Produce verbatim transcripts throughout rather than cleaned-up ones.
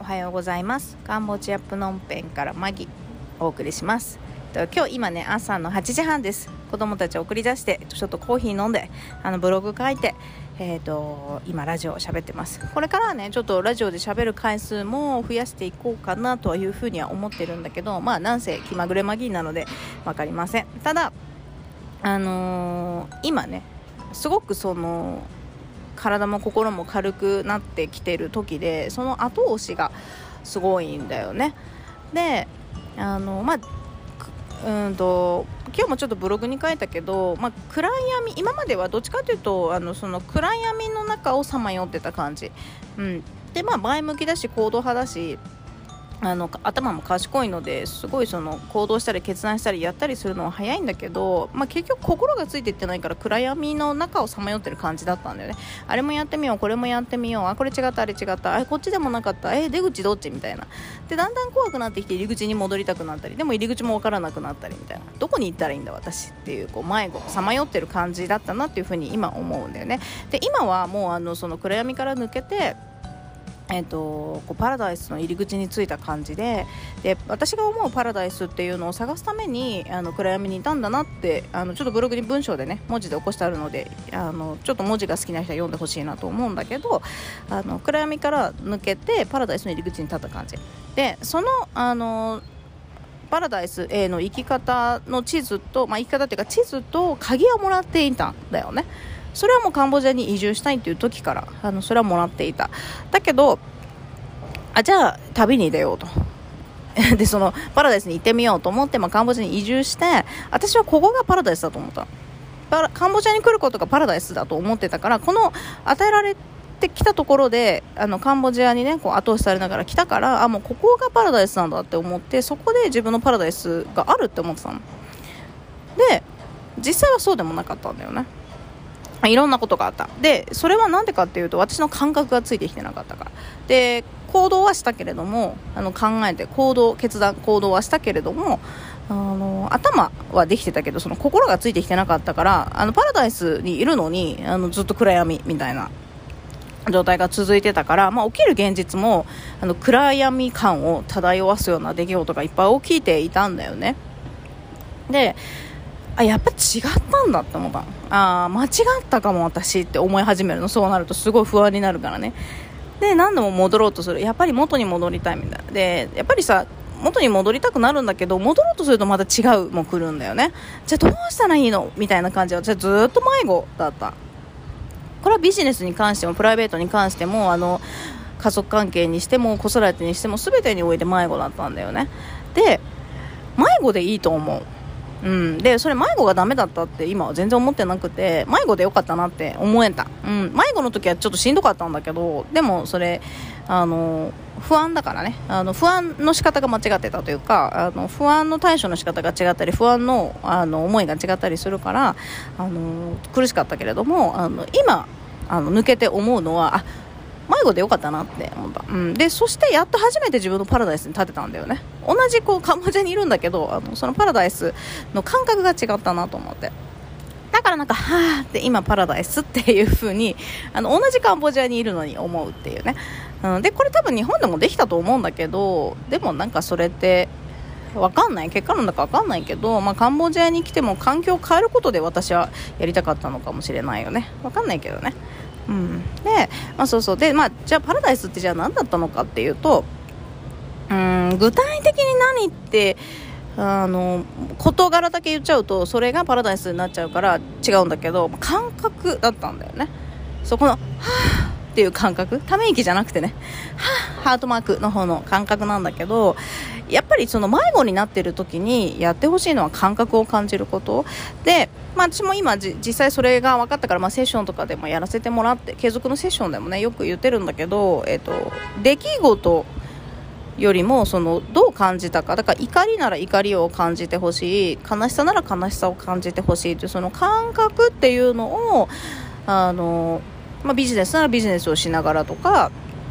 はようございます。カンボジアプノンペンからマギお送りします。今日今ね朝のはちじはんです。子供たちを送り出してちょっとコーヒー飲んであのブログ書いて、えー、と今ラジオを喋ってます。これからはねちょっとラジオで喋る回数も増やしていこうかなというふうには思ってるんだけど、まあなんせ気まぐれマギなので分かりません。ただあのー、今ねすごくその体も心も軽くなってきてる時で、その後押しがすごいんだよね。であのまあうんと今日もちょっとブログに書いたけど、まあ、暗闇今まではどっちかというとあのその暗闇の中をさまよってた感じ、うん、でまあ前向きだし行動派だしあの頭も賢いのですごいその行動したり決断したりやったりするのは早いんだけど、まあ、結局心がついていってないから暗闇の中をさまよってる感じだったんだよね。あれもやってみようこれもやってみよう、あこれ違ったあれ違った、あこっちでもなかった、え出口どっちみたいなでだんだん怖くなってきて入り口に戻りたくなったり、でも入り口も分からなくなったりみたいな、どこに行ったらいいんだ私っていうこう迷子さまよってる感じだったなっていうふうに今思うんだよね。で今はもうあのその暗闇から抜けてえー、とこうパラダイスの入り口に着いた感じ で, で私が思うパラダイスっていうのを探すためにあの暗闇にいたんだなってあのちょっとブログに文章でね文字で起こしてあるのであのちょっと文字が好きな人は読んでほしいなと思うんだけど、あの暗闇から抜けてパラダイスの入り口に立った感じで、そのあのパラダイスへの行き方の地図と、まあ、行き方っていうか地図と鍵をもらっていたんだよね。それはもうカンボジアに移住したいっていう時からあのそれはもらっていた。だけどあじゃあ旅に出ようとでそのパラダイスに行ってみようと思って、まあ、カンボジアに移住して私はここがパラダイスだと思ったの。カンボジアに来ることがパラダイスだと思ってたから、この与えられてきたところであのカンボジアにねこう後押しされながら来たから、あもうここがパラダイスなんだって思って、そこで自分のパラダイスがあるって思ってたので、実際はそうでもなかったんだよね。いろんなことがあった。でそれはなんでかっていうと、私の感覚がついてきてなかったからで、行動はしたけれどもあの考えて行動決断行動はしたけれどもあの頭はできてたけど、その心がついてきてなかったから、あのパラダイスにいるのにあのずっと暗闇みたいな状態が続いてたから、まあ、起きる現実もあの暗闇感を漂わすような出来事がいっぱい起きていたんだよね。であやっぱ違ったんだって思った。あ間違ったかも私って思い始めるの。そうなるとすごい不安になるからね。で何度も戻ろうとする、やっぱり元に戻りたいみたいなで、やっぱりさ元に戻りたくなるんだけど、戻ろうとするとまた違うも来るんだよね。じゃあどうしたらいいのみたいな感じで私はずっと迷子だった。これはビジネスに関してもプライベートに関してもあの家族関係にしても子育てにしても全てにおいて迷子だったんだよね。で迷子でいいと思う。うん、でそれ迷子がダメだったって今は全然思ってなくて、迷子でよかったなって思えた、うん、迷子の時はちょっとしんどかったんだけど、でもそれあの不安だからね、あの不安の仕方が間違ってたというか、あの不安の対処の仕方が違ったり不安の、あの思いが違ったりするからあの苦しかったけれども、あの今あの抜けて思うのはあ迷子でよかったなって思った、うん、でそしてやっと初めて自分のパラダイスに立てたんだよね。同じこうカンボジアにいるんだけど、あのそのパラダイスの感覚が違ったなと思って、だからなんかはーって今パラダイスっていう風にあの同じカンボジアにいるのに思うっていうね、うん、でこれ多分日本でもできたと思うんだけど、でもなんかそれって分かんない、結果なんだか分かんないけど、まあ、カンボジアに来ても環境を変えることで私はやりたかったのかもしれないよね。分かんないけどね。うん、で、まあ、そうそうで、まあ、じゃあパラダイスってじゃあ何だったのかっていうと、うーん具体的に何ってあの事柄だけ言っちゃうとそれがパラダイスになっちゃうから違うんだけど、感覚だったんだよね。そこのはぁっていう感覚、ため息じゃなくてね、はぁハートマークの方の感覚なんだけど、やっぱりその迷子になってる時にやってほしいのは感覚を感じることで、まあ、私も今じ実際それが分かったから、まあ、セッションとかでもやらせてもらって、継続のセッションでもねよく言ってるんだけど、えっと、出来事よりもそのどう感じたか、だから怒りなら怒りを感じてほしい、悲しさなら悲しさを感じてほしいというその感覚っていうのをあの、まあ、ビジネスならビジネスをしながらとか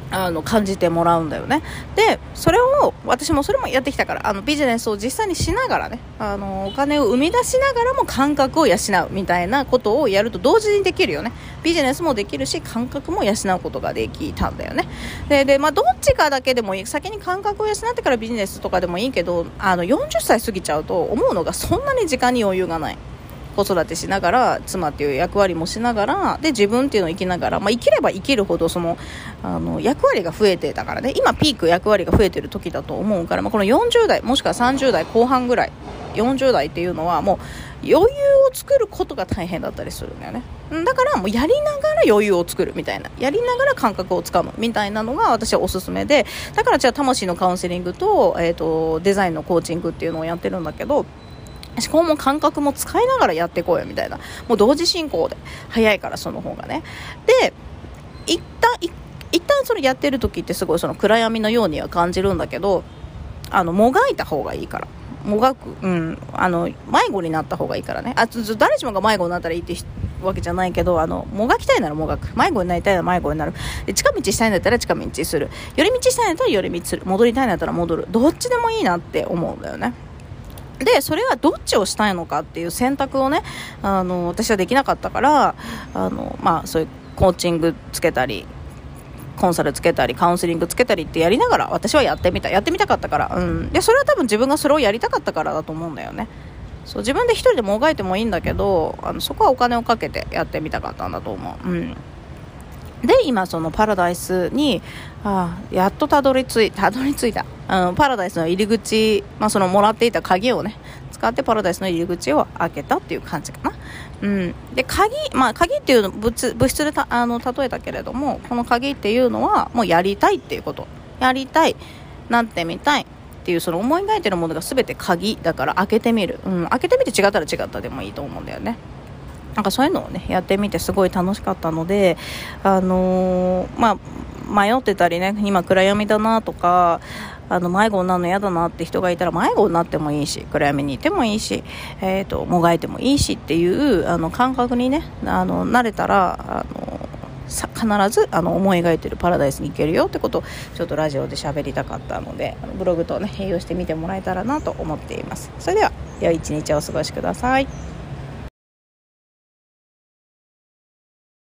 あの感じてもらうんだよね。でそれを私もそれもやってきたから、あのビジネスを実際にしながらね、あのお金を生み出しながらも感覚を養うみたいなことをやると同時にできるよね。ビジネスもできるし感覚も養うことができたんだよね。でで、まあ、どっちかだけでもいい、先に感覚を養ってからビジネスとかでもいいけど、あのよんじゅっさい過ぎちゃうと思うのが、そんなに時間に余裕がない。子育てしながら妻っていう役割もしながらで自分っていうのを生きながら、まあ、生きれば生きるほどそのあの役割が増えてたからね、今ピーク役割が増えてる時だと思うから、まあ、このよんじゅう代もしくはさんじゅう代後半ぐらい、よんじゅう代っていうのはもう余裕を作ることが大変だったりするんだよね。だからもうやりながら余裕を作るみたいな、やりながら感覚をつかむみたいなのが私はおすすめで、だからじゃあ魂のカウンセリングと、えーと、デザインのコーチングっていうのをやってるんだけど、思考も感覚も使いながらやっていこうよみたいな、もう同時進行で早いから、その方がね。で一旦一旦それやってる時ってすごいその暗闇のようには感じるんだけど、あのもがいた方がいいから、もがく、うん、あの迷子になった方がいいからね。あ誰しもが迷子になったらいいってわけじゃないけど、あのもがきたいならもがく、迷子になりたいなら迷子になる、で近道したいんだったら近道する、寄り道したいんだったら寄り道する、戻りたいんだったら戻る、どっちでもいいなって思うんだよね。でそれはどっちをしたいのかっていう選択をね、あの私はできなかったから、あの、まあ、そういうコーチングつけたりコンサルつけたりカウンセリングつけたりってやりながら私はやってみたやってみたかったから、うん、でそれは多分自分がそれをやりたかったからだと思うんだよね。そう自分で一人でもがいてもいいんだけど、あのそこはお金をかけてやってみたかったんだと思う。うんで今そのパラダイスにあやっとたどり着いたどり着いた、うん、パラダイスの入り口、まあ、そのもらっていた鍵をね使ってパラダイスの入り口を開けたっていう感じかな。うん、で鍵、まあ、鍵っていうの物物質でたあの例えたけれども、この鍵っていうのはもうやりたいっていうこと、やりたい、なってみたいっていうその思い描いてるものが全て鍵だから開けてみる、うん、開けてみて違ったら違ったでもいいと思うんだよね。なんかそういうのをねやってみてすごい楽しかったので、あのー、まあ迷ってたりね、今暗闇だなとか、あの迷子になるの嫌だなって人がいたら迷子になってもいいし、暗闇にいてもいいし、えーと、もがいてもいいしっていうあの感覚にねあの慣れたら、あのさ必ずあの思い描いてるパラダイスに行けるよってことをちょっとラジオで喋りたかったので、ブログとね併用してみてもらえたらなと思っています。それでは良い一日をお過ごしください。